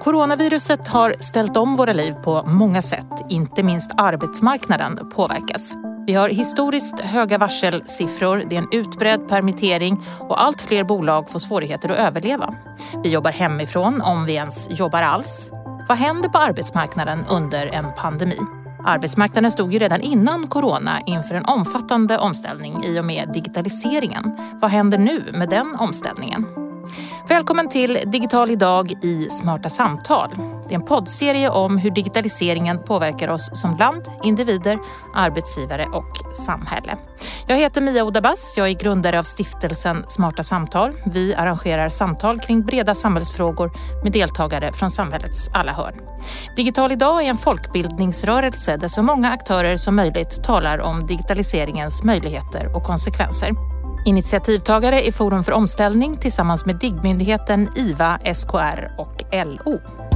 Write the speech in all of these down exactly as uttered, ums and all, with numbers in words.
Coronaviruset har ställt om våra liv på många sätt, inte minst arbetsmarknaden påverkas. Vi har historiskt höga varselsiffror, det är en utbredd permittering och allt fler bolag får svårigheter att överleva. Vi jobbar hemifrån om vi ens jobbar alls. Vad händer på arbetsmarknaden under en pandemi? Arbetsmarknaden stod ju redan innan corona inför en omfattande omställning i och med digitaliseringen. Vad händer nu med den omställningen? Välkommen till Digital idag i Smarta samtal. Det är en poddserie om hur digitaliseringen påverkar oss som land, individer, arbetsgivare och samhälle. Jag heter Mia Odabass, jag är grundare av stiftelsen Smarta samtal. Vi arrangerar samtal kring breda samhällsfrågor med deltagare från samhällets alla hörn. Digital idag är en folkbildningsrörelse där så många aktörer som möjligt talar om digitaliseringens möjligheter och konsekvenser. Initiativtagare är Forum för omställning tillsammans med Digmyndigheten, I V A, S K R och L O.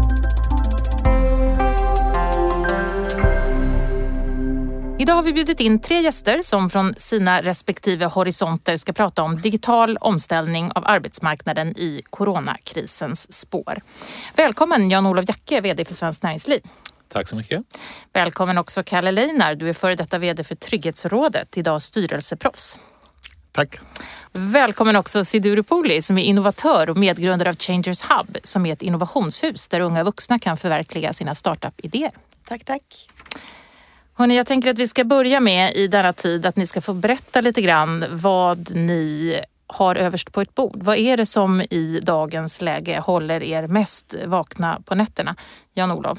Idag har vi bjudit in tre gäster som från sina respektive horisonter ska prata om digital omställning av arbetsmarknaden i coronakrisens spår. Välkommen Jan-Olof Jacke, vd för Svenskt Näringsliv. Tack så mycket. Välkommen också Kalle Leinar, du är före detta vd för Trygghetsrådet, idag styrelseproffs. Tack. Välkommen också Siduru Poli som är innovatör och medgrundare av Changers Hub som är ett innovationshus där unga vuxna kan förverkliga sina startup-idéer. Tack, tack. Hörrni, jag tänker att vi ska börja med i denna tid att ni ska få berätta lite grann vad ni har överst på ett bord. Vad är det som i dagens läge håller er mest vakna på nätterna? Jan-Olof?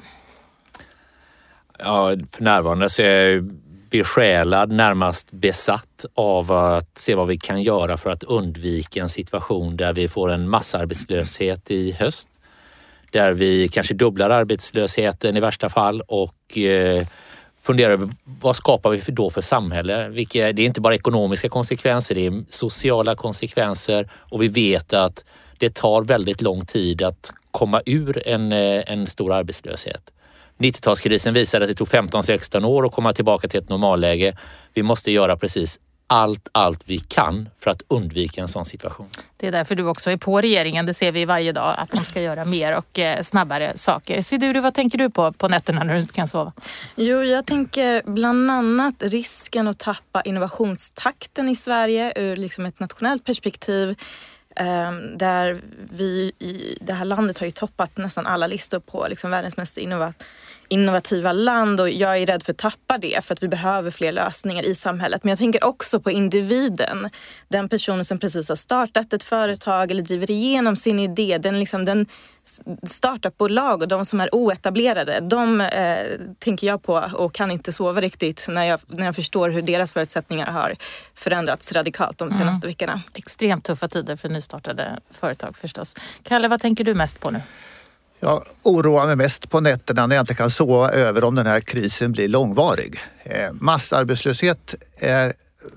Ja, för närvarande så är jag besjälad, närmast besatt av att se vad vi kan göra för att undvika en situation där vi får en massarbetslöshet i höst. Där vi kanske dubblar arbetslösheten i värsta fall och eh, funderar över vad skapar vi då för samhälle. Vilka, det är inte bara ekonomiska konsekvenser, det är sociala konsekvenser och vi vet att det tar väldigt lång tid att komma ur en, en stor arbetslöshet. nittiotalskrisen visade att det tog femton sexton år att komma tillbaka till ett normalläge. Vi måste göra precis allt, allt vi kan för att undvika en sån situation. Det är därför du också är på regeringen. Det ser vi varje dag att de ska göra mer och snabbare saker. Siduru, vad tänker du på på nätterna när du inte kan sova? Jo, jag tänker bland annat risken att tappa innovationstakten i Sverige ur liksom ett nationellt perspektiv. Där vi i det här landet har ju toppat nästan alla listor på liksom världens mest innovat- innovativa land och jag är rädd för att tappa det för att vi behöver fler lösningar i samhället. Men jag tänker också på individen, den personen som precis har startat ett företag eller driver igenom sin idé, den, liksom, den startupbolag och de som är oetablerade, de eh, tänker jag på och kan inte sova riktigt när jag, när jag förstår hur deras förutsättningar har förändrats radikalt de senaste mm. veckorna. Extremt tuffa tider för nystartade företag förstås. Kalle, vad tänker du mest på nu? Jag oroar mig mest på nätterna när jag inte kan sova över om den här krisen blir långvarig. Eh, massarbetslöshet är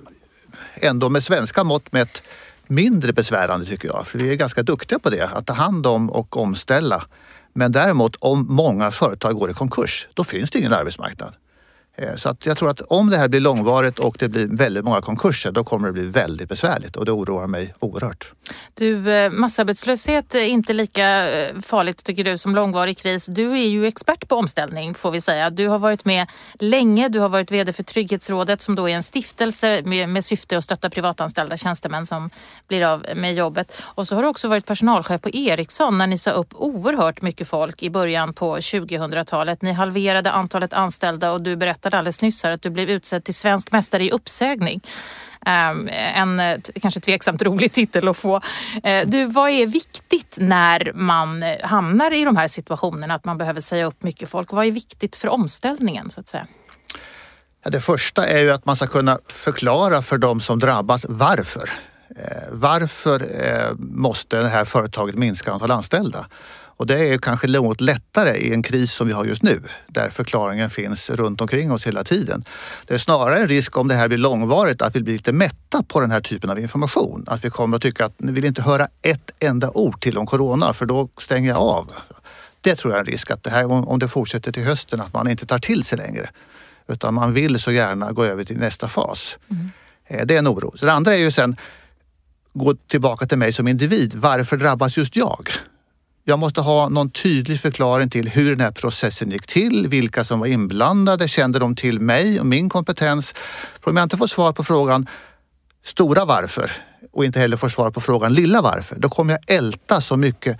ändå med svenska mått mätt mindre besvärande tycker jag. För vi är ganska duktiga på det, att ta hand om och omställa. Men däremot om många företag går i konkurs, då finns det ingen arbetsmarknad. Så att jag tror att om det här blir långvarigt och det blir väldigt många konkurser, då kommer det bli väldigt besvärligt och det oroar mig oerhört. Du, massarbetslöshet är inte lika farligt tycker du som långvarig kris. Du är ju expert på omställning får vi säga. Du har varit med länge, du har varit vd för Trygghetsrådet som då är en stiftelse med, med syfte att stötta privatanställda tjänstemän som blir av med jobbet. Och så har du också varit personalchef på Ericsson när ni sa upp oerhört mycket folk i början på tjugohundratalet. Ni halverade antalet anställda och du berättade alldeles nyss här att du blev utsedd till svensk mästare i uppsägning. Um, en kanske tveksamt rolig titel att få. Uh, du, vad är viktigt när man hamnar i de här situationerna att man behöver säga upp mycket folk? Vad är viktigt för omställningen så att säga? Ja, det första är ju att man ska kunna förklara för de som drabbas varför. Uh, varför uh, måste det här företaget minska antal anställda? Och det är kanske något lättare i en kris som vi har just nu, där förklaringen finns runt omkring oss hela tiden. Det är snarare en risk om det här blir långvarigt att vi blir lite mätta på den här typen av information. Att vi kommer att tycka att ni vill inte höra ett enda ord till om corona för då stänger jag av. Det tror jag är en risk att det här, om det fortsätter till hösten, att man inte tar till sig längre. Utan man vill så gärna gå över till nästa fas. Mm. Det är en oro. Så det andra är ju sen gå tillbaka till mig som individ. Varför drabbas just jag? Jag måste ha någon tydlig förklaring till hur den här processen gick till, vilka som var inblandade, kände de till mig och min kompetens. För om jag inte får svar på frågan stora varför och inte heller får svar på frågan lilla varför, då kommer jag älta så mycket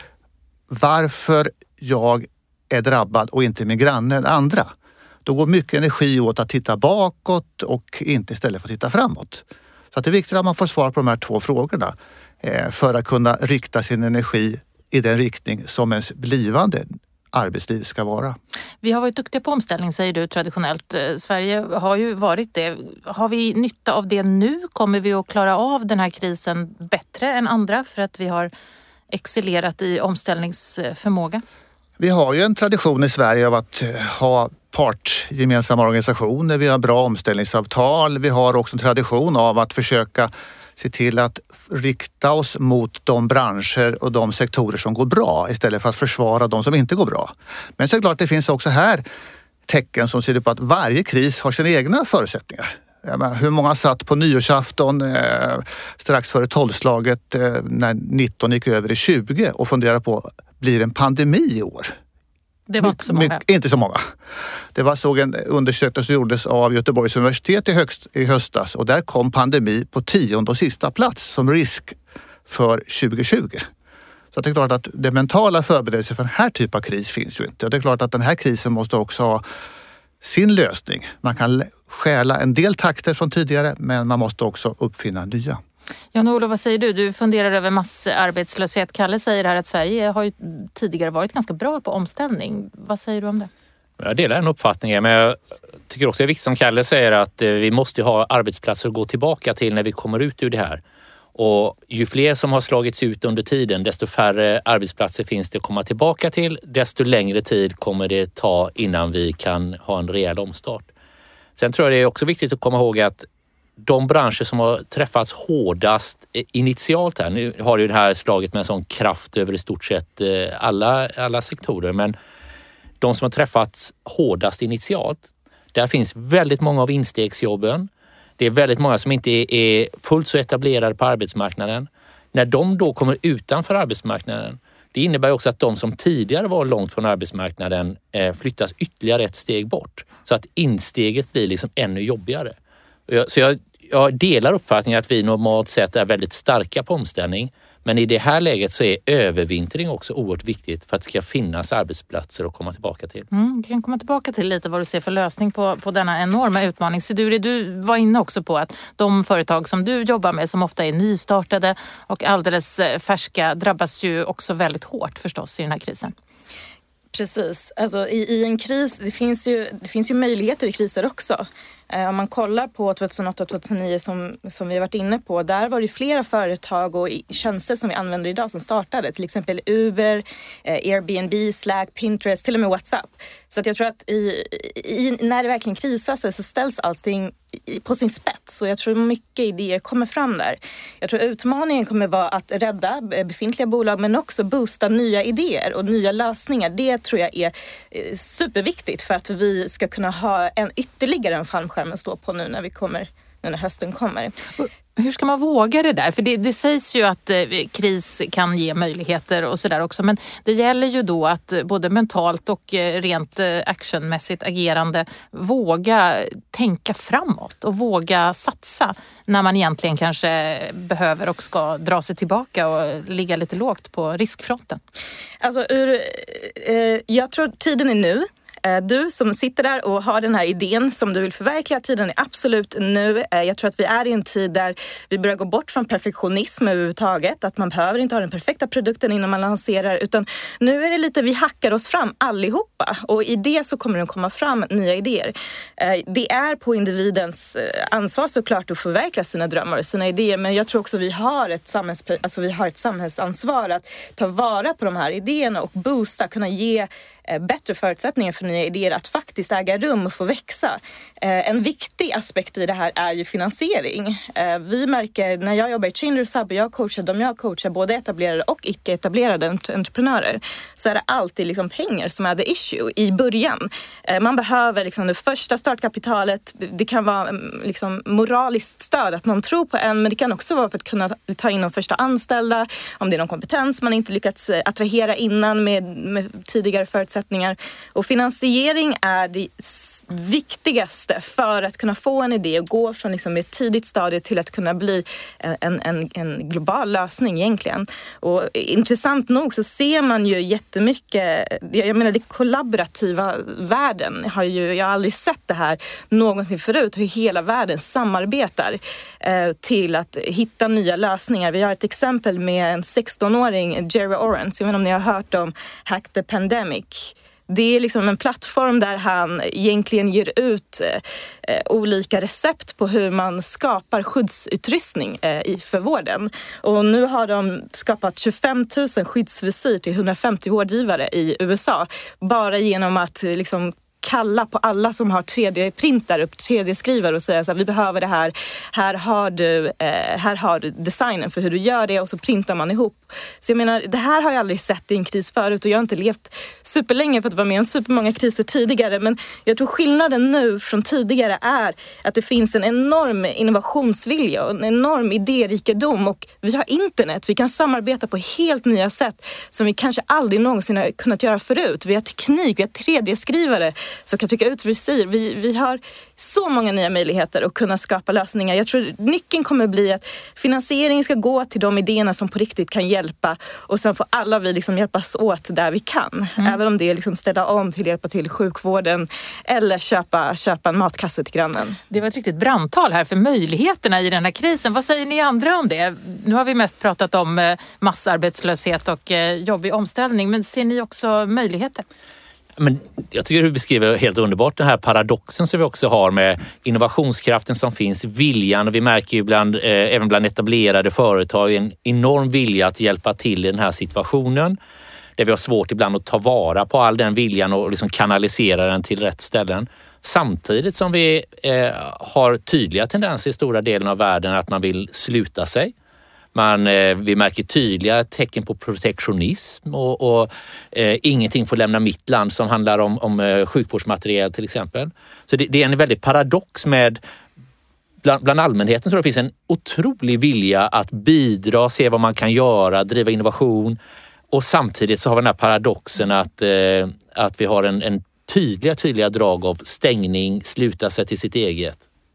varför jag är drabbad och inte min granne än andra. Då går mycket energi åt att titta bakåt och inte istället för att titta framåt. Så att det är viktigt att man får svar på de här två frågorna för att kunna rikta sin energi i den riktning som ens blivande arbetsliv ska vara. Vi har varit duktiga på omställning, säger du, traditionellt. Sverige har ju varit det. Har vi nytta av det nu? Kommer vi att klara av den här krisen bättre än andra för att vi har excellerat i omställningsförmåga? Vi har ju en tradition i Sverige av att ha partgemensamma organisationer. Vi har bra omställningsavtal. Vi har också en tradition av att försöka se till att rikta oss mot de branscher och de sektorer som går bra istället för att försvara de som inte går bra. Men så är det klart att det finns också här tecken som ser ut på att varje kris har sina egna förutsättningar. Menar, hur många satt på nyårsafton eh, strax före tolvslaget eh, när nitton gick över i tjugo och funderade på, blir det en pandemi i år? Det var inte så många. My, inte så många. Det var såg en undersökning som gjordes av Göteborgs universitet i, högst, i höstas och där kom pandemi på tionde och sista plats som risk för tjugo tjugo. Så det är klart att det mentala förberedelser för den här typen av kris finns ju inte. Och det är klart att den här krisen måste också ha sin lösning. Man kan stjäla en del takter från tidigare men man måste också uppfinna nya. Jan-Olof, vad säger du? Du funderar över massarbetslöshet. Kalle säger här att Sverige har ju tidigare varit ganska bra på omställning. Vad säger du om det? Jag delar den uppfattningen, men jag tycker också det är viktigt som Kalle säger att vi måste ha arbetsplatser att gå tillbaka till när vi kommer ut ur det här. Och ju fler som har slagits ut under tiden, desto färre arbetsplatser finns det att komma tillbaka till. Desto längre tid kommer det ta innan vi kan ha en rejäl omstart. Sen tror jag det är också viktigt att komma ihåg att de branscher som har träffats hårdast initialt här, nu har ju det här slaget med en sån kraft över i stort sett alla, alla sektorer, men de som har träffats hårdast initialt, där finns väldigt många av instegsjobben. Det är väldigt många som inte är fullt så etablerade på arbetsmarknaden. När de då kommer utanför arbetsmarknaden, det innebär också att de som tidigare var långt från arbetsmarknaden flyttas ytterligare ett steg bort. Så att insteget blir liksom ännu jobbigare. Så jag, jag delar uppfattningen att vi normalt sett är väldigt starka på omställning. Men i det här läget så är övervintring också oerhört viktigt för att det ska finnas arbetsplatser att komma tillbaka till. Mm, vi kan komma tillbaka till lite vad du ser för lösning på, på denna enorma utmaning. Siduri, du var inne också på att de företag som du jobbar med som ofta är nystartade och alldeles färska drabbas ju också väldigt hårt förstås i den här krisen. Precis. Alltså, i, i en kris, det finns, ju, det finns ju möjligheter i kriser också. Eh, om man kollar på tjugohundraåtta tjugohundranio som, som vi har varit inne på, där var det flera företag och tjänster som vi använder idag som startade. Till exempel Uber, eh, Airbnb, Slack, Pinterest, till och med WhatsApp. Så att jag tror att i, i, när det verkligen krisar sig så ställs allting på sin spets. Och jag tror mycket idéer kommer fram där. Jag tror utmaningen kommer vara att rädda befintliga bolag men också boosta nya idéer och nya lösningar. Det tror jag är superviktigt för att vi ska kunna ha en ytterligare en fallskärm att stå på nu när vi kommer, nu när hösten kommer. Hur ska man våga det där? För det, det sägs ju att eh, kris kan ge möjligheter och sådär också. Men det gäller ju då att både mentalt och eh, rent eh, actionmässigt agerande våga tänka framåt och våga satsa när man egentligen kanske behöver och ska dra sig tillbaka och ligga lite lågt på riskfronten. Alltså, ur, eh, jag tror tiden är nu. Du som sitter där och har den här idén som du vill förverkliga, tiden är absolut nu. Jag tror att vi är i en tid där vi börjar gå bort från perfektionism överhuvudtaget. Att man behöver inte ha den perfekta produkten innan man lanserar. Utan nu är det lite, vi hackar oss fram allihopa. Och i det så kommer det komma fram nya idéer. Det är på individens ansvar såklart att förverkliga sina drömmar och sina idéer. Men jag tror också vi har ett, samhälls, alltså vi har ett samhällsansvar att ta vara på de här idéerna och boosta, kunna ge bättre förutsättningar för nya idéer att faktiskt äga rum och få växa. En viktig aspekt i det här är ju finansiering. Vi märker när jag jobbar i Changers Hub och jag coachar dem, jag coachar både etablerade och icke-etablerade entreprenörer, så är det alltid liksom pengar som är the issue i början. Man behöver liksom det första startkapitalet, det kan vara liksom moraliskt stöd att någon tror på en, men det kan också vara för att kunna ta in de första anställda, om det är någon kompetens man inte lyckats attrahera innan med, med tidigare förutsättningar. Och finansiering är det viktigaste för att kunna få en idé och gå från liksom ett tidigt stadie till att kunna bli en, en, en global lösning egentligen. Och intressant nog så ser man ju jättemycket, jag menar det kollaborativa världen har ju, jag har aldrig sett det här någonsin förut, hur hela världen samarbetar eh, till att hitta nya lösningar. Vi har ett exempel med en sexton-åring, Jerry Orens, jag vet inte om ni har hört om Hack the Pandemic. Det är liksom en plattform där han egentligen ger ut eh, olika recept på hur man skapar skyddsutrustning eh, i, för vården. Och nu har de skapat tjugofem tusen skyddsvisir till hundrafemtio vårdgivare i U S A. Bara genom att liksom kalla på alla som har tre D-printar upp tre D-skrivare och säga så här, vi behöver det här. Här har du, eh, här har du designen för hur du gör det, och så printar man ihop. Så jag menar, det här har jag aldrig sett i en kris förut, och jag har inte levt superlänge för att vara med om supermånga kriser tidigare, men jag tror skillnaden nu från tidigare är att det finns en enorm innovationsvilja och en enorm idérikedom, och vi har internet, vi kan samarbeta på helt nya sätt som vi kanske aldrig någonsin har kunnat göra förut. Vi har teknik, vi har tre D-skrivare som kan trycka ut visir. Vi, vi har så många nya möjligheter att kunna skapa lösningar. Jag tror nyckeln kommer att bli att finansiering ska gå till de idéerna som på riktigt kan hjälpa, och sen får alla vi liksom hjälpas åt där vi kan. Mm. Även om det är liksom ställa om till hjälpa till sjukvården eller köpa, köpa en matkasse till grannen. Det var ett riktigt brandtal här för möjligheterna i den här krisen. Vad säger ni andra om det? Nu har vi mest pratat om massarbetslöshet och jobbig omställning, men ser ni också möjligheter? Men jag tycker du beskriver helt underbart den här paradoxen som vi också har med innovationskraften som finns, viljan, och vi märker ju bland, eh, även bland etablerade företag en enorm vilja att hjälpa till i den här situationen, där vi har svårt ibland att ta vara på all den viljan och liksom kanalisera den till rätt ställen. Samtidigt som vi eh, har tydliga tendenser i stora delen av världen att man vill sluta sig. Man, eh, vi märker tydliga tecken på protektionism och, och eh, ingenting får lämna mitt land som handlar om, om eh, sjukvårdsmaterial till exempel. Så det, det är en väldigt paradox med bland, bland allmänheten, så det finns en otrolig vilja att bidra, se vad man kan göra, driva innovation, och samtidigt så har vi den här paradoxen att, eh, att vi har en, en tydliga, tydliga drag av stängning, sluta sig till sitt eget.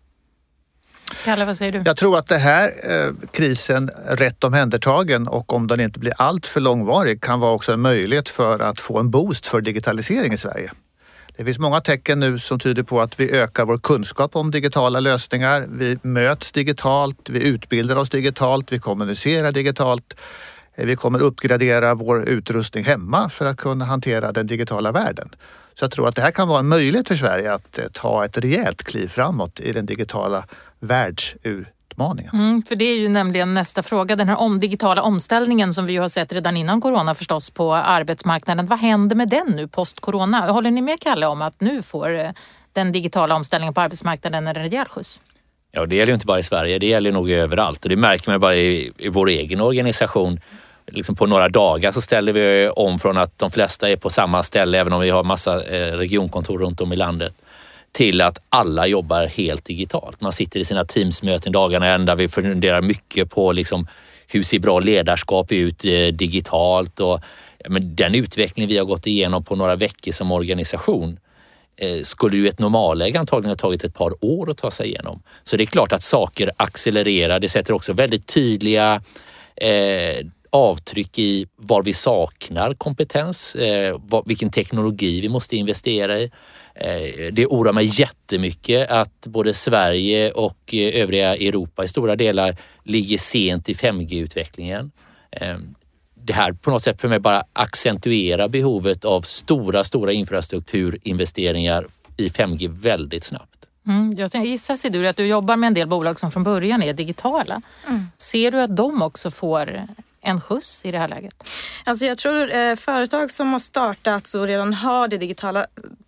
Kalle, vad säger du? Jag tror att det här eh, krisen rätt omhändertagen, och om den inte blir allt för långvarig, kan vara också en möjlighet för att få en boost för digitalisering i Sverige. Det finns många tecken nu som tyder på att vi ökar vår kunskap om digitala lösningar. Vi möts digitalt, vi utbildar oss digitalt, vi kommunicerar digitalt. Vi kommer uppgradera vår utrustning hemma för att kunna hantera den digitala världen. Så jag tror att det här kan vara en möjlighet för Sverige att ta ett rejält kliv framåt i den digitala världsutmaningen. Mm, för det är ju nämligen nästa fråga. Den här om digitala omställningen som vi ju har sett redan innan corona förstås på arbetsmarknaden. Vad händer med den nu post-corona? Håller ni med, Kalle, om att nu får den digitala omställningen på arbetsmarknaden en rejäl skjuts? Ja, det gäller ju inte bara i Sverige, det gäller nog överallt, och det märker man bara i, i vår egen organisation. Liksom på några dagar så ställer vi om från att de flesta är på samma ställe, även om vi har massa regionkontor runt om i landet, till att alla jobbar helt digitalt. Man sitter i sina teamsmöten dagarna ända. Vi funderar mycket på liksom, hur ser bra ledarskap ut digitalt, och men den utveckling vi har gått igenom på några veckor som organisation eh, skulle ju ett normalläge antagligen ha tagit ett par år att ta sig igenom. Så det är klart att saker accelererar. Det sätter också väldigt tydliga eh, avtryck i var vi saknar kompetens, eh, vad, vilken teknologi vi måste investera i. Eh, det oroar mig jättemycket att både Sverige och eh, övriga Europa i stora delar ligger sent i fem G-utvecklingen. Eh, det här på något sätt för mig bara accentuerar behovet av stora, stora infrastrukturinvesteringar i fem G väldigt snabbt. Mm, jag gissar, Sidur, att du jobbar med en del bolag som från början är digitala. Mm. Ser du att de också får en skjuts i det här läget? Alltså jag tror eh, företag som har startat och redan har det digitala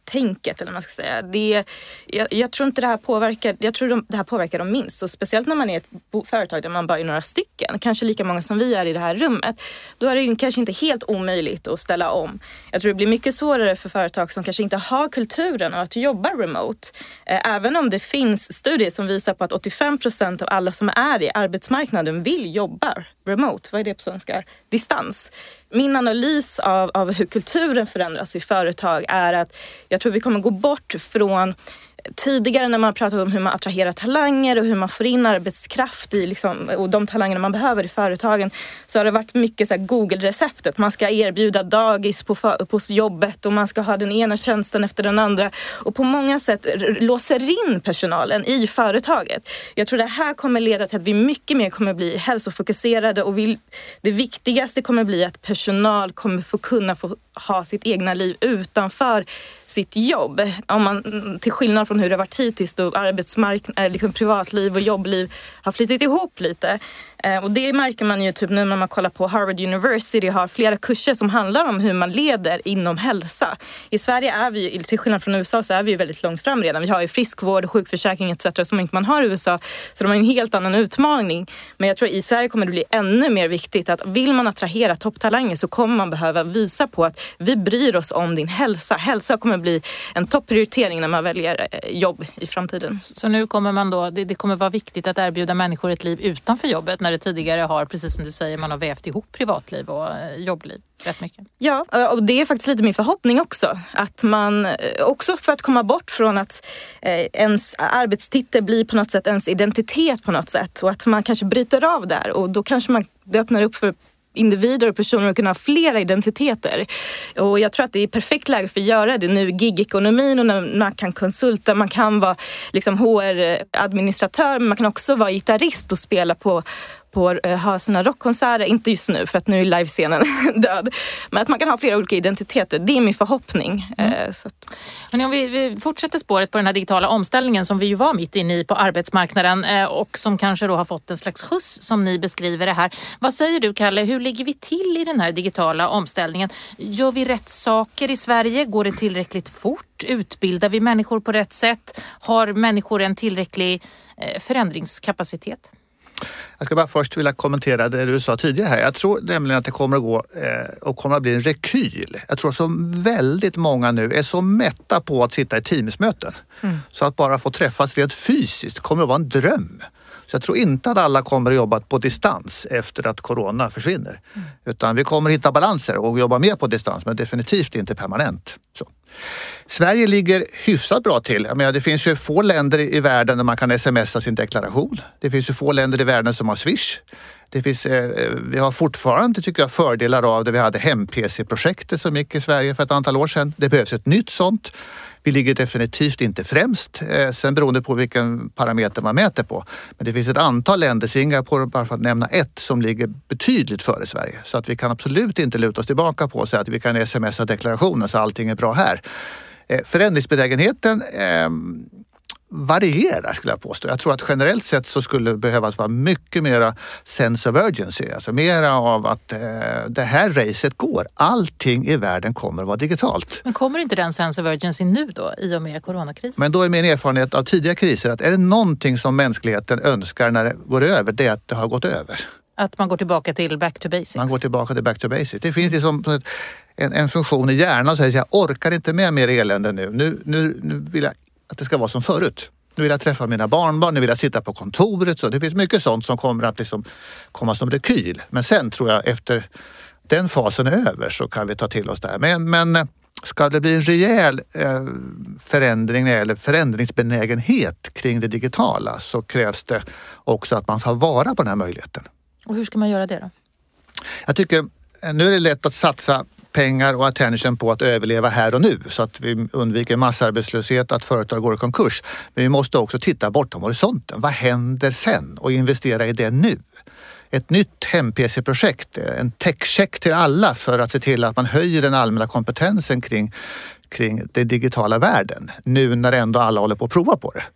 tänket eller vad man ska säga. Det, jag, jag tror inte det här påverkar, jag tror de, det här påverkar dem minst. Och speciellt när man är ett bo, företag där man bara är några stycken, kanske lika många som vi är i det här rummet, då är det kanske inte helt omöjligt att ställa om. Jag tror det blir mycket svårare för företag som kanske inte har kulturen och att jobba remote. Även om det finns studier som visar på att åttiofem procent av alla som är i arbetsmarknaden vill jobba remote. Vad är det på svenska? Distans. Min analys av, av hur kulturen förändras i företag är att jag tror vi kommer gå bort från tidigare när man pratade om hur man attraherar talanger och hur man får in arbetskraft i liksom, och de talangerna man behöver i företagen, så har det varit mycket så här Google-receptet. Man ska erbjuda dagis på, på jobbet och man ska ha den ena tjänsten efter den andra och på många sätt låser in personalen i företaget. Jag tror det här kommer leda till att vi mycket mer kommer bli hälsofokuserade och vi, det viktigaste kommer bli att personal kommer få kunna få ha sitt egna liv utanför sitt jobb. Om man, till skillnad från hur det varit hittills då arbetsmarknad, liksom privatliv och jobbliv har flyttat ihop lite. Eh, och det märker man ju typ nu när man kollar på Harvard University har flera kurser som handlar om hur man leder inom hälsa. I Sverige är vi, till skillnad från U S A, så är vi väldigt långt fram redan. Vi har ju friskvård, sjukförsäkring et cetera som inte man har i U S A. Så de har en helt annan utmaning. Men jag tror att i Sverige kommer det bli ännu mer viktigt att vill man attrahera topptalanger så kommer man behöva visa på att vi bryr oss om din hälsa. Hälsa kommer bli en topprioritering när man väljer jobb i framtiden. Så nu kommer man då, det, det kommer vara viktigt att erbjuda människor ett liv utanför jobbet när det tidigare har, precis som du säger, man har vävt ihop privatliv och jobbliv rätt mycket. Ja, och det är faktiskt lite min förhoppning också. Att man, också för att komma bort från att ens arbetstitel blir på något sätt ens identitet på något sätt och att man kanske bryter av där och då kanske man, det öppnar upp för individer och personer att kunna ha flera identiteter. Och jag tror att det är perfekt läge för att göra det nu. Gig-ekonomin och när man kan konsulta, man kan vara liksom H R-administratör, men man kan också vara gitarrist och spela på på ha sina rockkonserter, inte just nu för att nu är livescenen död. Men att man kan ha flera olika identiteter, det är min förhoppning. Mm. Så att... Men om vi, vi fortsätter spåret på den här digitala omställningen som vi ju var mitt inne i på arbetsmarknaden och som kanske då har fått en slags skjuts som ni beskriver det här. Vad säger du, Kalle? Hur ligger vi till i den här digitala omställningen? Gör vi rätt saker i Sverige? Går det tillräckligt fort? Utbildar vi människor på rätt sätt? Har människor en tillräcklig förändringskapacitet? Jag ska bara först vilja kommentera det du sa tidigare här. Jag tror nämligen att det kommer att gå eh, och kommer att bli en rekyl. Jag tror som väldigt många nu är så mätta på att sitta i teamsmöten. Mm. Så att bara få träffas rent fysiskt kommer att vara en dröm. Så jag tror inte att alla kommer att jobba på distans efter att corona försvinner. Mm. Utan vi kommer att hitta balanser och jobba mer på distans, men definitivt inte permanent. Så. Sverige ligger hyfsat bra till. Jag menar, det finns ju få länder i världen där man kan smsa sin deklaration. Det finns ju få länder i världen som har Swish. Det finns, eh, vi har fortfarande, tycker jag, fördelar av det. Vi hade hem-P C-projektet som gick i Sverige för ett antal år sedan. Det behövs ett nytt sånt. Vi ligger definitivt inte främst, eh, sen beroende på vilken parameter man mäter på. Men det finns ett antal länder, Singapore bara för att nämna ett, som ligger betydligt före Sverige. Så att vi kan absolut inte luta oss tillbaka på och säga att vi kan smsa deklarationen så allting är bra här. Eh, förändringsbenägenheten eh, varierar, skulle jag påstå. Jag tror att generellt sett så skulle det behövas vara mycket mera sense of urgency. Alltså mera av att eh, det här racet går. Allting i världen kommer att vara digitalt. Men kommer inte den sense of urgency nu då i och med coronakrisen? Men då är min erfarenhet av tidiga kriser att är det någonting som mänskligheten önskar när det går över, det är att det har gått över. Att man går tillbaka till back to basics? Man går tillbaka till back to basics. Det finns liksom en, en funktion i hjärnan som säger jag orkar inte med mer elände nu. Nu, nu, nu vill jag att det ska vara som förut. Nu vill jag träffa mina barnbarn, nu vill jag sitta på kontoret. Så det finns mycket sånt som kommer att liksom komma som rekyl. Men sen tror jag efter den fasen är över så kan vi ta till oss det här. Men, men ska det bli en rejäl eh, förändring eller förändringsbenägenhet kring det digitala så krävs det också att man tar vara på den här möjligheten. Och hur ska man göra det då? Jag tycker, nu är det lätt att satsa pengar och attention på att överleva här och nu så att vi undviker massarbetslöshet, att företag går i konkurs. Men vi måste också titta bortom horisonten. Vad händer sen? Och investera i det nu. Ett nytt hem-P C-projekt, en tech-check till alla för att se till att man höjer den allmänna kompetensen kring, kring den digitala världen. Nu när ändå alla håller på att prova på det.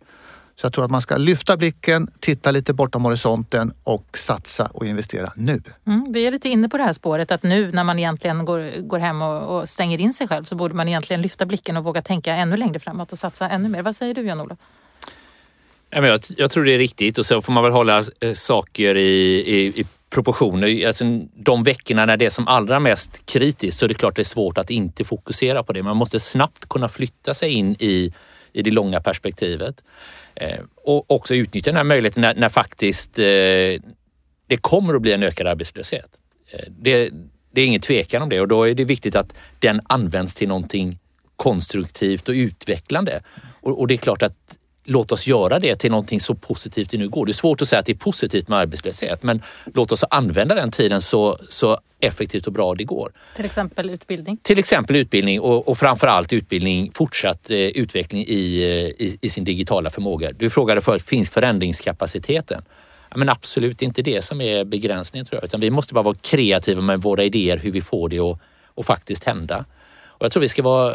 Så jag tror att man ska lyfta blicken, titta lite bortom horisonten och satsa och investera nu. Mm, vi är lite inne på det här spåret att nu när man egentligen går, går hem och, och stänger in sig själv så borde man egentligen lyfta blicken och våga tänka ännu längre framåt och satsa ännu mer. Vad säger du, Jan-Olof? Jag, jag tror det är riktigt och så får man väl hålla saker i, i, i proportioner. Alltså, de veckorna när det är som allra mest kritiskt så är det klart det är svårt att inte fokusera på det. Man måste snabbt kunna flytta sig in i, i det långa perspektivet. Eh, och också utnyttja den här möjligheten när, när faktiskt eh, det kommer att bli en ökad arbetslöshet. Eh, det, det är ingen tvekan om det och då är det viktigt att den används till någonting konstruktivt och utvecklande. Och, och det är klart att låt oss göra det till någonting så positivt det nu går. Det är svårt att säga att det är positivt med arbetslöshet, men låt oss använda den tiden så, så effektivt och bra det går. Till exempel utbildning? Till exempel utbildning och, och framförallt utbildning, fortsatt eh, utveckling i, i, i sin digitala förmåga. Du frågade förut, finns förändringskapaciteten? Ja, men absolut inte det som är begränsningen tror jag, utan vi måste bara vara kreativa med våra idéer hur vi får det att och faktiskt hända. Och jag tror vi ska vara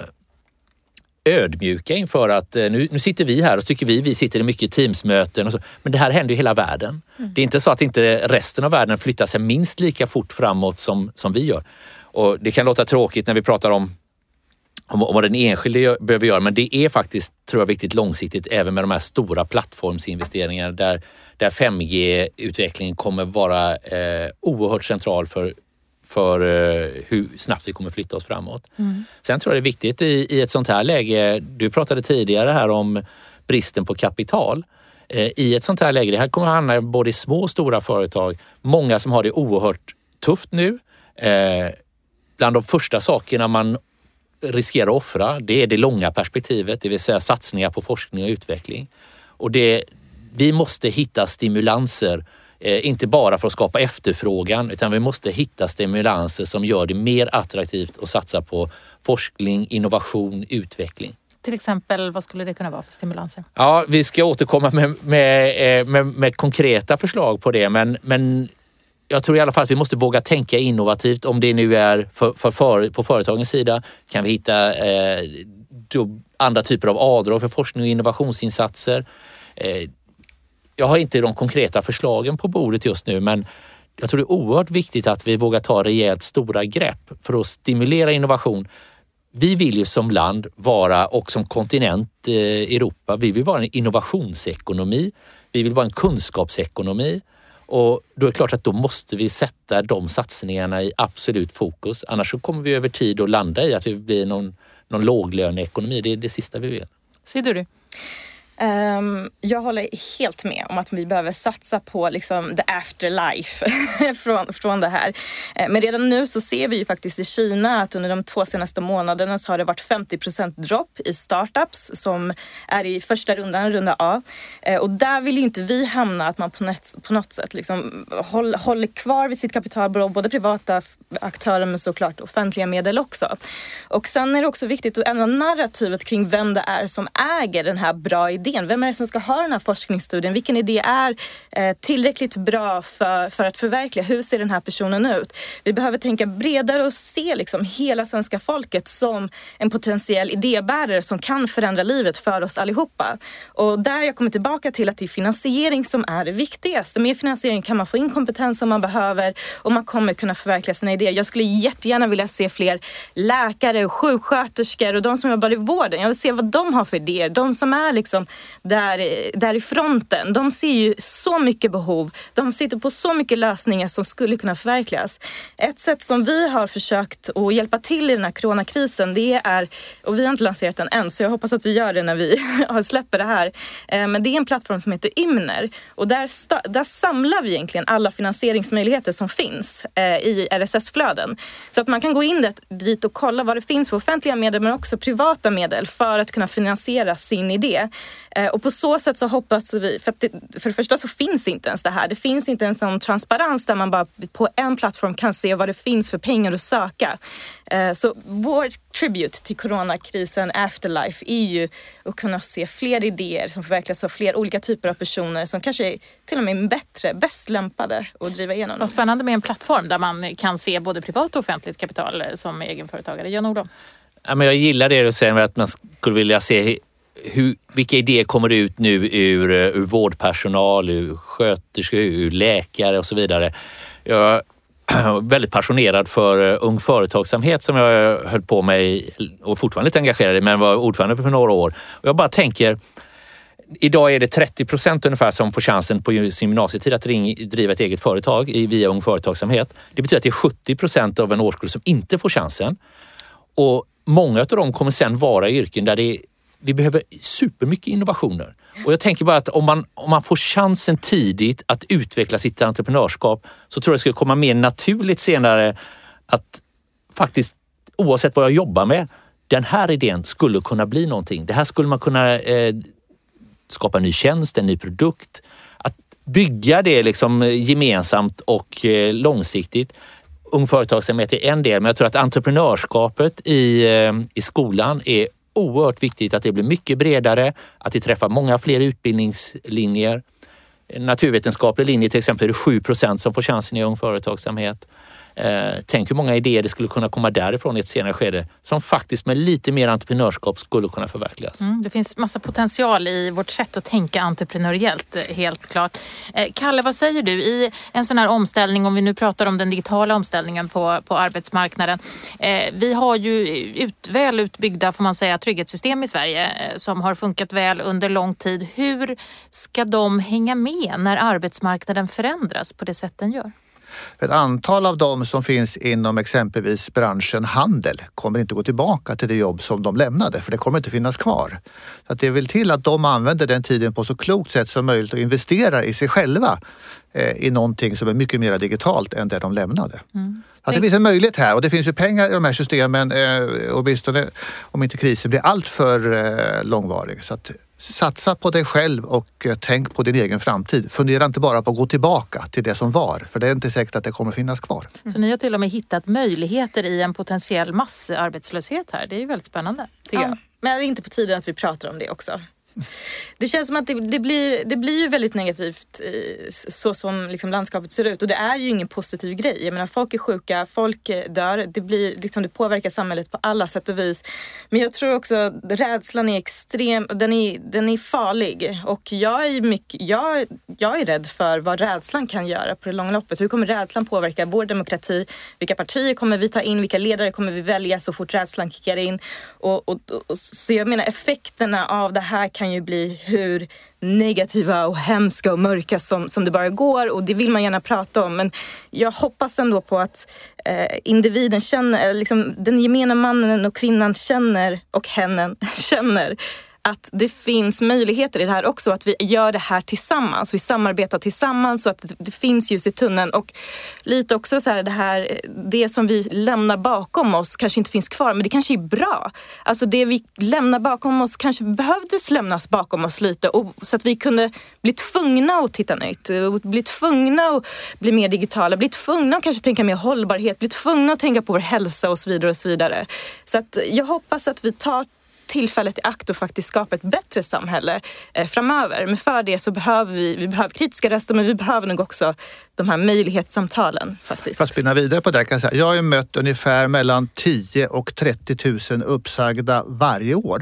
ödmjuka inför att nu, nu sitter vi här och tycker vi, vi sitter i mycket teamsmöten och så, men det här händer ju hela världen. Mm. Det är inte så att inte resten av världen flyttar sig minst lika fort framåt som, som vi gör. Och det kan låta tråkigt när vi pratar om, om, om vad den enskilde gör, behöver göra, men det är faktiskt, tror jag, viktigt långsiktigt även med de här stora plattformsinvesteringarna där, där fem G-utvecklingen kommer vara eh, oerhört central för för hur snabbt vi kommer flytta oss framåt. Mm. Sen tror jag det är viktigt i, i ett sånt här läge, du pratade tidigare här om bristen på kapital. Eh, I ett sånt här läge, det här kommer handla om både små och stora företag, många som har det oerhört tufft nu. Eh, bland de första sakerna man riskerar att offra, det är det långa perspektivet, det vill säga satsningar på forskning och utveckling. Och det, vi måste hitta stimulanser. Eh, inte bara för att skapa efterfrågan utan vi måste hitta stimulanser som gör det mer attraktivt att satsa på forskning, innovation, utveckling. Till exempel, vad skulle det kunna vara för stimulanser? Ja, vi ska återkomma med, med, med, med konkreta förslag på det men, men jag tror i alla fall att vi måste våga tänka innovativt om det nu är för, för, för, på företagens sida. Kan vi hitta eh, då, andra typer av avdrag för forskning och innovationsinsatser? Eh, Jag har inte de konkreta förslagen på bordet just nu men jag tror det är oerhört viktigt att vi vågar ta rejält stora grepp för att stimulera innovation. Vi vill ju som land vara och som kontinent eh, Europa, vi vill vara en innovationsekonomi, vi vill vara en kunskapsekonomi och då är det klart att då måste vi sätta de satsningarna i absolut fokus. Annars så kommer vi över tid att landa i att vi blir någon, någon låglöneekonomi. Det är det sista vi vill. Ser du det? Um, jag håller helt med om att vi behöver satsa på liksom the afterlife från, från det här. Uh, men redan nu så ser vi ju faktiskt i Kina att under de två senaste månaderna så har det varit femtio procent dropp i startups som är i första rundan, runda A. Uh, och där vill ju inte vi hamna att man på, net, på något sätt liksom håll, håller kvar vid sitt kapital, både privata aktörer men såklart offentliga medel också. Och sen är det också viktigt att ändra narrativet kring vem det är som äger den här bra idén. Vem är det som ska ha den här forskningsstudien? Vilken idé är eh, tillräckligt bra för, för att förverkliga? Hur ser den här personen ut? Vi behöver tänka bredare och se liksom hela svenska folket som en potentiell idébärare som kan förändra livet för oss allihopa. Och där jag kommer tillbaka till att det är finansiering som är det viktigaste. Med finansiering kan man få in kompetens som man behöver och man kommer kunna förverkliga sina idéer. Jag skulle jättegärna vilja se fler läkare och sjuksköterskor och de som jobbar i vården. Jag vill se vad de har för idéer. De som är liksom Där, där i fronten. De ser ju så mycket behov. De sitter på så mycket lösningar som skulle kunna förverkligas. Ett sätt som vi har försökt att hjälpa till i den här coronakrisen, det är, och vi har inte lanserat den än så jag hoppas att vi gör det när vi släpper det här. Men det är en plattform som heter Ymner. Och där, där samlar vi egentligen alla finansieringsmöjligheter som finns i R S S-flöden. Så att man kan gå in dit och kolla vad det finns för offentliga medel men också privata medel för att kunna finansiera sin idé. Och på så sätt så hoppas vi, för, att det, för det första så finns inte ens det här. Det finns inte en sån transparens där man bara på en plattform kan se vad det finns för pengar att söka. Så vår tribute till coronakrisen Afterlife är ju att kunna se fler idéer som förverkligas av fler olika typer av personer som kanske är till och med bättre, bäst lämpade att driva igenom. Vad spännande med en plattform där man kan se både privat och offentligt kapital som egenföretagare. Jan-Olof? Ja, men jag gillar det du säger med att man skulle vilja se hur, vilka idéer kommer ut nu ur, ur vårdpersonal, ur sköterskor, ur läkare och så vidare. Jag är väldigt passionerad för ung företagsamhet som jag höll på med och fortfarande lite engagerad i, men var ordförande för några år. Och jag bara tänker, idag är det trettio procent ungefär som får chansen på sin gymnasietid att driva ett eget företag via ung företagsamhet. Det betyder att det är sjuttio procent av en årskull som inte får chansen. Och många av dem kommer sen vara i yrken där det är, vi behöver supermycket innovationer. Och jag tänker bara att om man, om man får chansen tidigt att utveckla sitt entreprenörskap, så tror jag det skulle komma mer naturligt senare att faktiskt, oavsett vad jag jobbar med, den här idén skulle kunna bli någonting. Det här skulle man kunna eh, skapa en ny tjänst, en ny produkt. Att bygga det liksom gemensamt och eh, långsiktigt. Ung företagsamhet är en del, men jag tror att entreprenörskapet i, eh, i skolan är oerhört viktigt, att det blir mycket bredare, att det träffar många fler utbildningslinjer. Naturvetenskaplig linje till exempel är det sju procent som får chansen i ung företagsamhet. Eh, tänk hur många idéer det skulle kunna komma därifrån i ett senare skede som faktiskt med lite mer entreprenörskap skulle kunna förverkligas. Mm, det finns massa potential i vårt sätt att tänka entreprenöriellt, helt klart. Eh, Kalle, vad säger du i en sån här omställning, om vi nu pratar om den digitala omställningen på, på arbetsmarknaden? Eh, vi har ju ut, väl utbyggda, får man säga, trygghetssystem i Sverige eh, som har funkat väl under lång tid. Hur ska de hänga med när arbetsmarknaden förändras på det sätt den gör? Ett antal av dem som finns inom exempelvis branschen handel kommer inte gå tillbaka till det jobb som de lämnade, för det kommer inte finnas kvar. Så att det vill till att de använder den tiden på så klokt sätt som möjligt och investerar i sig själva eh, i någonting som är mycket mer digitalt än det de lämnade. Mm. Att det finns en möjlighet här, och det finns ju pengar i de här systemen, eh, åtminstone om inte krisen blir allt för eh, långvarig. Så att satsa på dig själv och tänk på din egen framtid. Fundera inte bara på att gå tillbaka till det som var, för det är inte säkert att det kommer finnas kvar. Så ni har till och med hittat möjligheter i en potentiell massarbetslöshet här. Det är ju väldigt spännande, tycker ja, jag. Men är det inte på tiden att vi pratar om det också? Det känns som att det, det, blir, det blir ju väldigt negativt så som liksom landskapet ser ut. Och det är ju ingen positiv grej. Jag menar, folk är sjuka, folk dör. Det, blir, liksom, det påverkar samhället på alla sätt och vis. Men jag tror också att rädslan är extrem. Den är, den är farlig. Och jag är, mycket, jag, jag är rädd för vad rädslan kan göra på det långa loppet. Hur kommer rädslan påverka vår demokrati? Vilka partier kommer vi ta in? Vilka ledare kommer vi välja så fort rädslan kickar in? Och, och, och, så jag menar, effekterna av det här kan ju bli hur negativa och hemska och mörka som, som det bara går, och det vill man gärna prata om, men jag hoppas ändå på att eh, individen känner, liksom, den gemena mannen och kvinnan känner, och hennen känner att det finns möjligheter i det här också, att vi gör det här tillsammans, vi samarbetar tillsammans så att det, det finns ljus i tunneln. Och lite också så här, det här, det som vi lämnar bakom oss kanske inte finns kvar, men det kanske är bra. Alltså det vi lämnar bakom oss kanske behövdes lämnas bakom oss lite, och så att vi kunde bli tvungna att titta nytt, och bli tvungna att bli mer digitala, bli tvungna att kanske tänka mer hållbarhet, bli tvungna att tänka på vår hälsa och så vidare och så vidare. Så att jag hoppas att vi tar tillfället i akt och faktiskt skapa ett bättre samhälle eh, framöver. Men för det så behöver vi, vi behöver kritiska röster, men vi behöver nog också de här möjlighetssamtalen faktiskt. För att spinna vidare på det kan jag säga, jag har ju mött ungefär mellan tio och trettio tusen uppsagda varje år.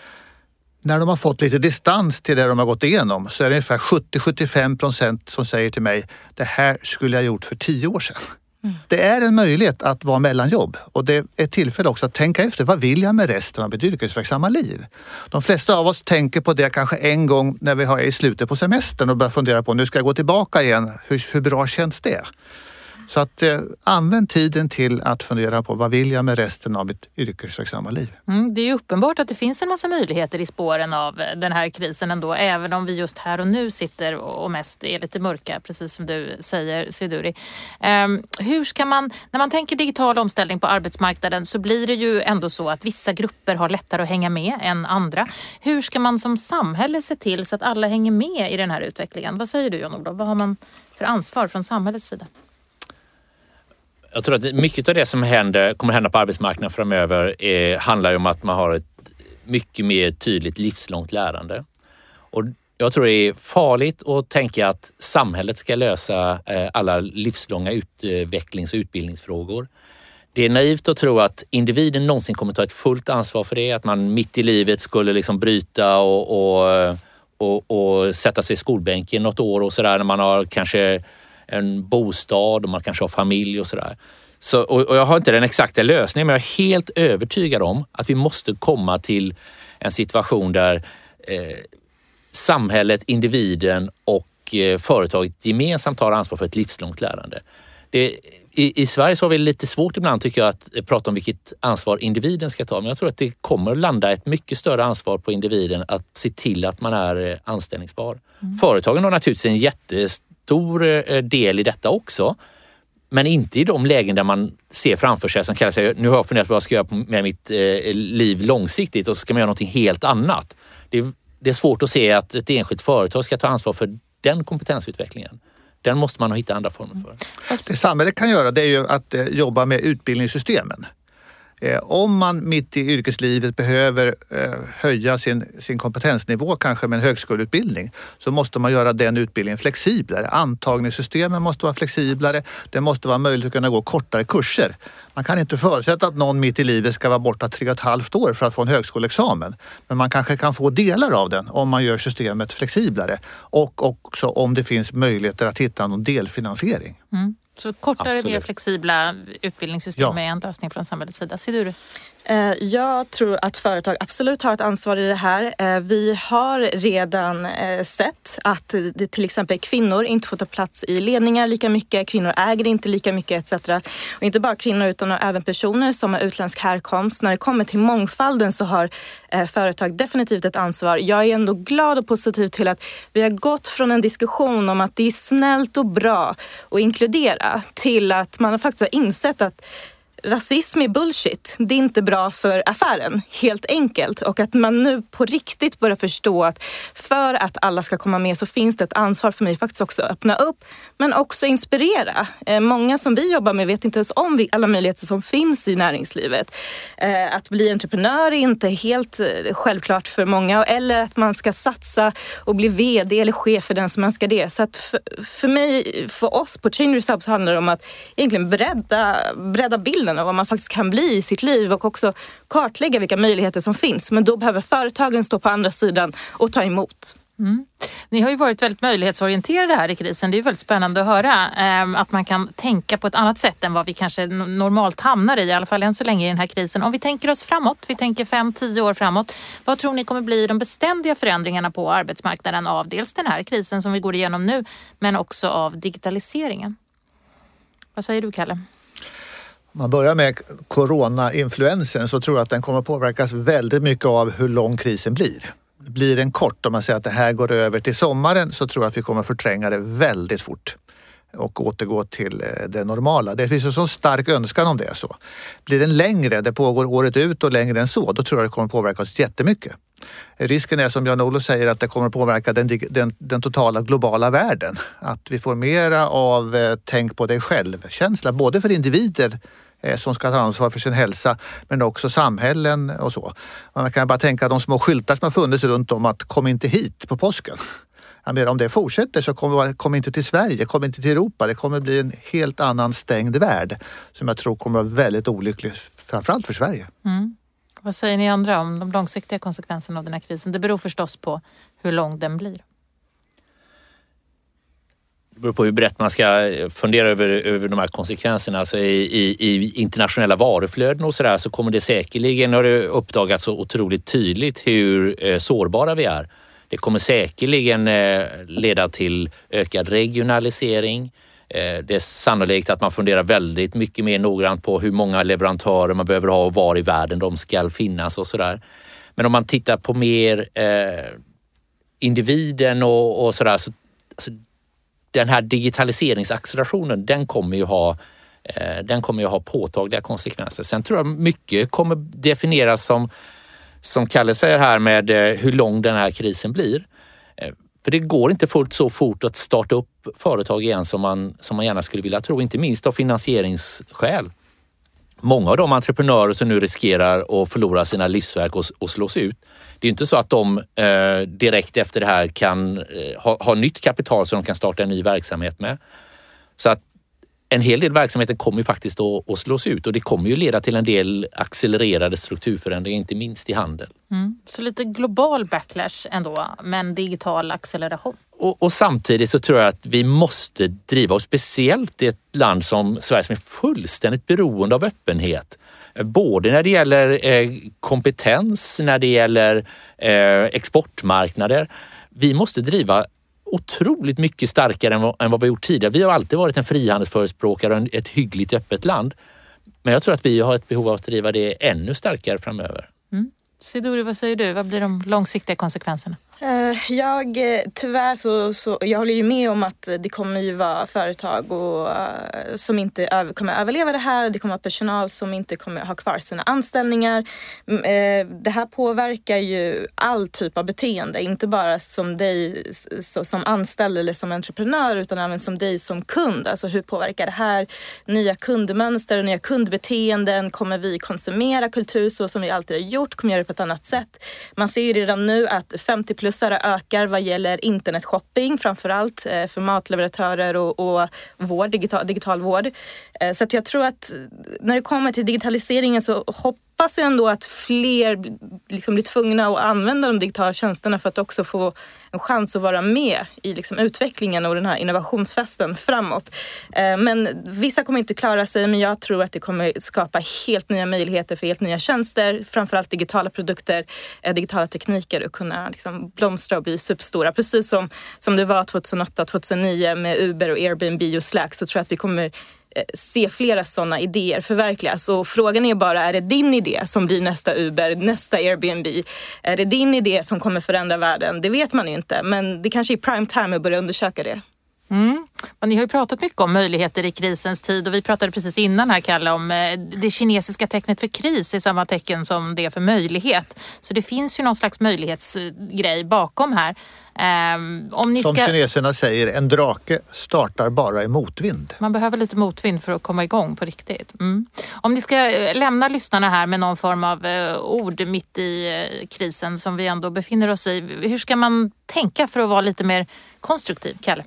När de har fått lite distans till det de har gått igenom så är det ungefär sjuttio till sjuttiofem procent som säger till mig, det här skulle jag gjort för tio år sedan. Mm. Det är en möjlighet att vara mellanjobb, och det är ett tillfälle också att tänka efter, vad vill jag med resten av mitt yrkesverksamma liv? De flesta av oss tänker på det kanske en gång när vi har i slutet på semestern och börjar fundera på, nu ska jag gå tillbaka igen, hur, hur bra känns det? Så att eh, använd tiden till att fundera på, vad vill jag med resten av mitt yrkesverksamma liv? Mm, det är ju uppenbart att det finns en massa möjligheter i spåren av den här krisen ändå, även om vi just här och nu sitter och mest är lite mörka, precis som du säger, Siduri. Um, hur ska man, när man tänker digital omställning på arbetsmarknaden, så blir det ju ändå så att vissa grupper har lättare att hänga med än andra. Hur ska man som samhälle se till så att alla hänger med i den här utvecklingen? Vad säger du, Jan-Olof? Vad har man för ansvar från samhällets sida? Jag tror att mycket av det som händer, kommer hända på arbetsmarknaden framöver är, handlar ju om att man har ett mycket mer tydligt livslångt lärande. Och jag tror det är farligt att tänka att samhället ska lösa alla livslånga utvecklings- och utbildningsfrågor. Det är naivt att tro att individen någonsin kommer ta ett fullt ansvar för det. Att man mitt i livet skulle liksom bryta och, och, och, och sätta sig i skolbänken något år och sådär när man har kanske en bostad och man kanske har familj och sådär. Så, och, och jag har inte den exakta lösningen, men jag är helt övertygad om att vi måste komma till en situation där eh, samhället, individen och eh, företaget gemensamt tar ansvar för ett livslångt lärande. Det, i, I Sverige så har vi lite svårt ibland tycker jag att prata om vilket ansvar individen ska ta, men jag tror att det kommer att landa ett mycket större ansvar på individen att se till att man är anställningsbar. Mm. Företagen har naturligtvis en jättestor del i detta också, men inte i de lägen där man ser framför sig som kallar sig, nu har jag funderat på vad jag ska göra med mitt eh, liv långsiktigt och så ska man göra någonting helt annat. Det är, det är svårt att se att ett enskilt företag ska ta ansvar för den kompetensutvecklingen. Den måste man hitta andra former för. Det samhället kan göra det är ju att eh, jobba med utbildningssystemen. Eh, om man mitt i yrkeslivet behöver eh, höja sin, sin kompetensnivå kanske med en högskoleutbildning så måste man göra den utbildningen flexiblare. Antagningssystemen måste vara flexiblare. Det måste vara möjligt att kunna gå kortare kurser. Man kan inte förutsätta att någon mitt i livet ska vara borta tre och ett halvt år för att få en högskoleexamen. Men man kanske kan få delar av den om man gör systemet flexiblare. Och också om det finns möjligheter att hitta någon delfinansiering. Mm. Så kortare, Absolut. mer flexibla utbildningssystem Ja. är en lösning från samhällets sida. Ser du det? Jag tror att företag absolut har ett ansvar i det här. Vi har redan sett att det till exempel kvinnor inte får ta plats i ledningar lika mycket, kvinnor äger inte lika mycket et cetera. Och inte bara kvinnor utan även personer som har utländsk härkomst. När det kommer till mångfalden så har företag definitivt ett ansvar. Jag är ändå glad och positiv till att vi har gått från en diskussion om att det är snällt och bra att inkludera till att man faktiskt har insett att rasism är bullshit. Det är inte bra för affären, helt enkelt. Och att man nu på riktigt börjar förstå att för att alla ska komma med så finns det ett ansvar för mig faktiskt också att öppna upp, men också inspirera. Eh, många som vi jobbar med vet inte ens om alla möjligheter som finns i näringslivet. Eh, att bli entreprenör är inte helt eh, självklart för många, eller att man ska satsa och bli vd eller chef för den som önskar det. Så att för, för mig, för oss på Change Yourself så handlar det om att egentligen bredda, bredda bilden av vad man faktiskt kan bli i sitt liv och också kartlägga vilka möjligheter som finns. Men då behöver företagen stå på andra sidan och ta emot. Mm. Ni har ju varit väldigt möjlighetsorienterade här i krisen. Det är ju väldigt spännande att höra eh, att man kan tänka på ett annat sätt än vad vi kanske normalt hamnar i, i alla fall än så länge i den här krisen. Om vi tänker oss framåt, vi tänker fem, tio år framåt, vad tror ni kommer bli de beständiga förändringarna på arbetsmarknaden av dels den här krisen som vi går igenom nu, men också av digitaliseringen? Vad säger du, Kalle? Om man börjar med coronainfluensen så tror jag att den kommer påverkas väldigt mycket av hur lång krisen blir. Blir den kort, om man säger att det här går över till sommaren, så tror jag att vi kommer förtränga det väldigt fort och återgå till det normala. Det finns en så stark önskan om det så. Blir den längre, det pågår året ut och längre än så, då tror jag att det kommer påverka oss jättemycket. Risken är som Jan-Olof säger att det kommer påverka den, den, den totala globala världen. Att vi får mera av eh, tänk på dig själv-känsla, både för individer eh, som ska ta ansvar för sin hälsa, men också samhällen och så. Man kan bara tänka de små skyltar som har funnits runt om att kom inte hit på påsken. Jag menar, om det fortsätter så kommer kom inte till Sverige, kom inte till Europa. Det kommer bli en helt annan stängd värld som jag tror kommer att vara väldigt olycklig, framförallt för Sverige. Mm. Vad säger ni andra om de långsiktiga konsekvenserna av den här krisen? Det beror förstås på hur lång den blir. Det beror på hur brett man ska fundera över, över de här konsekvenserna. Alltså i, i, i internationella varuflöden och sådär så kommer det säkerligen, har det uppdagats så otroligt tydligt hur eh, sårbara vi är. Det kommer säkerligen eh, leda till ökad regionalisering. Det är sannolikt att man funderar väldigt mycket mer noggrant på hur många leverantörer man behöver ha och var i världen de ska finnas och sådär. Men om man tittar på mer eh, individen och, och sådär, så alltså, den här digitaliseringsaccelerationen, den kommer ju ha eh, den kommer ju ha påtagliga konsekvenser. Sen tror jag mycket kommer definieras som, som Kalle säger här med eh, hur lång den här krisen blir. Eh, För det går inte fullt så fort att starta upp företag igen som man, som man gärna skulle vilja tro, inte minst av finansieringsskäl. Många av de entreprenörer som nu riskerar att förlora sina livsverk och, och slås ut, det är inte så att de eh, direkt efter det här kan eh, ha, ha nytt kapital så de kan starta en ny verksamhet med. Så att en hel del verksamheter kommer ju faktiskt att, att slås ut och det kommer ju leda till en del accelererade strukturförändringar, inte minst i handel. Mm. Så lite global backlash ändå, men digital acceleration. Och, och samtidigt så tror jag att vi måste driva oss, speciellt i ett land som Sverige som är fullständigt beroende av öppenhet. Både när det gäller eh, kompetens, när det gäller eh, exportmarknader. Vi måste driva otroligt mycket starkare än vad, än vad vi har gjort tidigare. Vi har alltid varit en frihandelsförespråkare och ett hyggligt öppet land. Men jag tror att vi har ett behov av att driva det ännu starkare framöver. Mm. Siduri, vad säger du? Vad blir de långsiktiga konsekvenserna? Jag, tyvärr så, så jag håller ju med om att det kommer ju vara företag och, uh, som inte över, kommer överleva det här. Det kommer vara personal som inte kommer ha kvar sina anställningar. Uh, det här påverkar ju all typ av beteende. Inte bara som dig så, som anställd eller som entreprenör utan även som dig som kund. Alltså hur påverkar det här nya kundmönster och nya kundbeteenden? Kommer vi konsumera kultur så som vi alltid har gjort? Kommer vi göra det på ett annat sätt? Man ser ju redan nu att femtio plus ökar vad gäller internetshopping, framförallt för matleverantörer och, och vård, digital, digital vård. Så att jag tror att när det kommer till digitaliseringen så hoppas jag ändå att fler liksom blir tvungna att använda de digitala tjänsterna för att också få en chans att vara med i liksom utvecklingen och den här innovationsfesten framåt. Men vissa kommer inte klara sig, men jag tror att det kommer skapa helt nya möjligheter för helt nya tjänster, framförallt digitala produkter, digitala tekniker och kunna liksom blomstra och bli superstora. Precis som, som det var tjugohundraåtta tjugohundranio med Uber och Airbnb och Slack, så tror jag att vi kommer se flera sådana idéer förverkligas. Och frågan är bara, är det din idé som blir nästa Uber, nästa Airbnb? Är det din idé som kommer förändra världen? Det vet man ju inte, men det kanske är prime time att börja undersöka det. Mm. Och ni har ju pratat mycket om möjligheter i krisens tid och vi pratade precis innan här, Kalle, om det kinesiska tecknet för kris är samma tecken som det för möjlighet. Så det finns ju någon slags möjlighetsgrej bakom här. Um, om ni som ska... kineserna säger, en drake startar bara i motvind. Man behöver lite motvind för att komma igång på riktigt. Mm. Om ni ska lämna lyssnarna här med någon form av uh, ord mitt i uh, krisen som vi ändå befinner oss i. Hur ska man tänka för att vara lite mer konstruktiv, Kalle?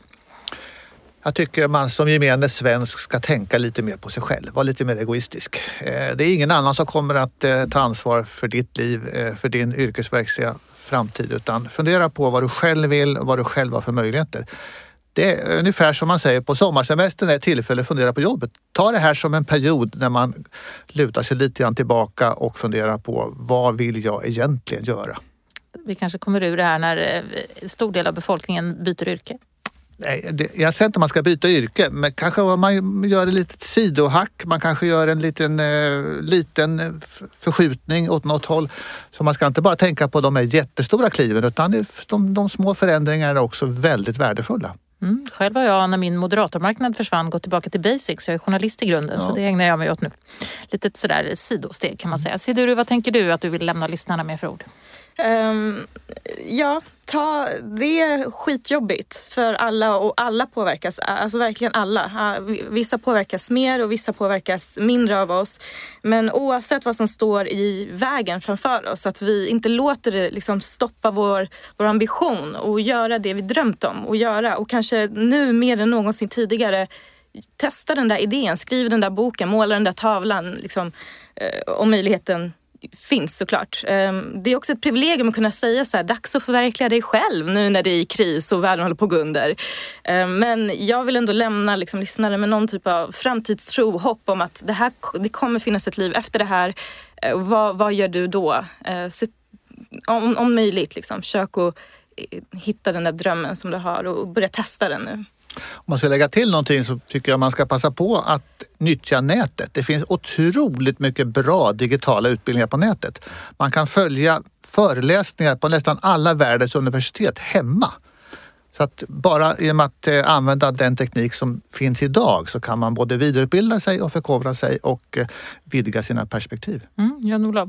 Jag tycker man som gemene svensk ska tänka lite mer på sig själv, vara lite mer egoistisk. Det är ingen annan som kommer att ta ansvar för ditt liv, för din yrkesverksamma framtid, utan fundera på vad du själv vill och vad du själv har för möjligheter. Det är ungefär som man säger på sommarsemestern är ett tillfälle att fundera på jobbet. Ta det här som en period när man lutar sig lite grann tillbaka och funderar på vad vill jag egentligen göra. Vi kanske kommer ur det här när stor del av befolkningen byter yrke. Nej, det, jag säger inte att man ska byta yrke, men kanske man gör ett litet sidohack, man kanske gör en liten, eh, liten förskjutning åt något håll. Så man ska inte bara tänka på de här jättestora kliven, utan de, de små förändringarna är också väldigt värdefulla. Mm, själv har jag, när min moderatormarknad försvann, gått tillbaka till basics. Jag är journalist i grunden, ja. Så det ägnar jag mig åt nu. Lite sådär sidosteg kan man säga. Siduri, vad tänker du att du vill lämna lyssnarna med för ord? Um, ja, ta, det är skitjobbigt för alla och alla påverkas, alltså verkligen alla. Vissa påverkas mer och vissa påverkas mindre av oss. Men oavsett vad som står i vägen framför oss, att vi inte låter det liksom stoppa vår, vår ambition och göra det vi drömt om och göra. Och kanske nu mer än någonsin tidigare testa den där idén, skriv den där boken, måla den där tavlan liksom, om möjligheten finns såklart. Det är också ett privilegium att kunna säga så här, dags att förverkliga dig själv nu när det är i kris och världen håller på att gå under. Men jag vill ändå lämna liksom lyssnare med någon typ av framtidstro, hopp om att det, här, det kommer finnas ett liv efter det här. Vad, vad gör du då? Om, om möjligt, liksom, försök att hitta den där drömmen som du har och börja testa den nu. Om man ska lägga till någonting så tycker jag man ska passa på att nyttja nätet. Det finns otroligt mycket bra digitala utbildningar på nätet. Man kan följa föreläsningar på nästan alla världens universitet hemma. Så att bara genom att använda den teknik som finns idag så kan man både vidareutbilda sig och förkovra sig och vidga sina perspektiv. Mm, Jan-Olof.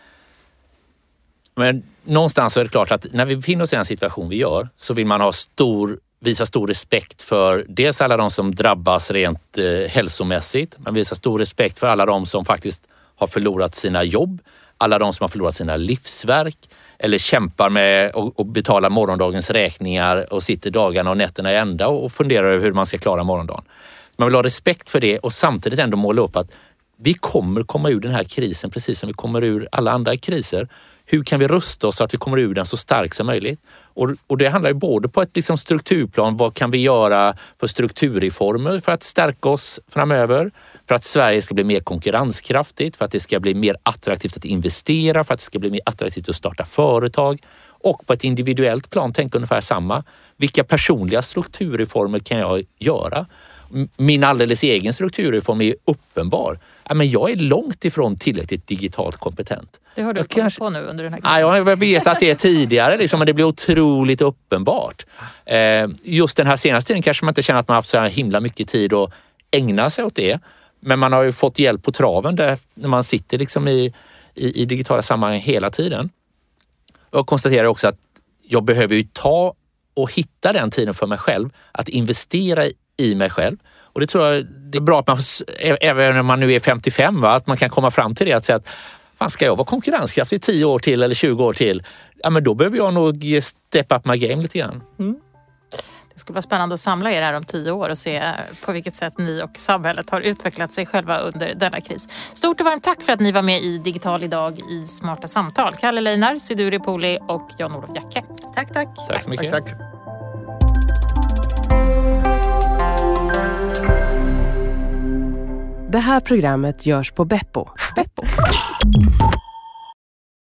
Men någonstans så är det klart att när vi befinner oss i den situation vi gör så vill man ha stor visa stor respekt för dels alla de som drabbas rent eh, hälsomässigt. Man visar stor respekt för alla de som faktiskt har förlorat sina jobb. Alla de som har förlorat sina livsverk. Eller kämpar med att betala morgondagens räkningar och sitter dagarna och nätterna i ända och funderar över hur man ska klara morgondagen. Man vill ha respekt för det och samtidigt ändå måla upp att vi kommer komma ur den här krisen precis som vi kommer ur alla andra kriser. Hur kan vi rusta oss så att vi kommer ur den så stark som möjligt? Och, och det handlar ju både på ett liksom strukturplan. Vad kan vi göra för strukturreformer för att stärka oss framöver? För att Sverige ska bli mer konkurrenskraftigt, för att det ska bli mer attraktivt att investera, för att det ska bli mer attraktivt att starta företag. Och på ett individuellt plan tänka ungefär samma. Vilka personliga strukturreformer kan jag göra? Min alldeles egen strukturreform är uppenbar. Men jag är långt ifrån tillräckligt digitalt kompetent. Det har du kommit kanske... på nu under den här krisen. Ja, jag vet att det är tidigare, liksom, men det blir otroligt uppenbart. Eh, just den här senaste tiden kanske man inte känner att man har haft så här himla mycket tid att ägna sig åt det. Men man har ju fått hjälp på traven där, när man sitter liksom i, i, i digitala sammanhang hela tiden. Jag konstaterar också att jag behöver ju ta och hitta den tiden för mig själv. Att investera i mig själv. Och det tror jag det är bra att man, även när man nu är femtiofem, va, att man kan komma fram till det. Att säga att fan, ska jag vara konkurrenskraftig i tio år till eller tjugo år till? Ja, men då behöver jag nog step up my game lite grann. Mm. Det ska vara spännande att samla er här om tio år och se på vilket sätt ni och samhället har utvecklat sig själva under denna kris. Stort och varmt tack för att ni var med i Digital idag i Smarta Samtal. Kalle Leinar, Siduri Poli och Jan-Olof Jacke. Tack, tack. Tack så mycket. Tack, tack. Det här programmet görs på Beppo. Beppo.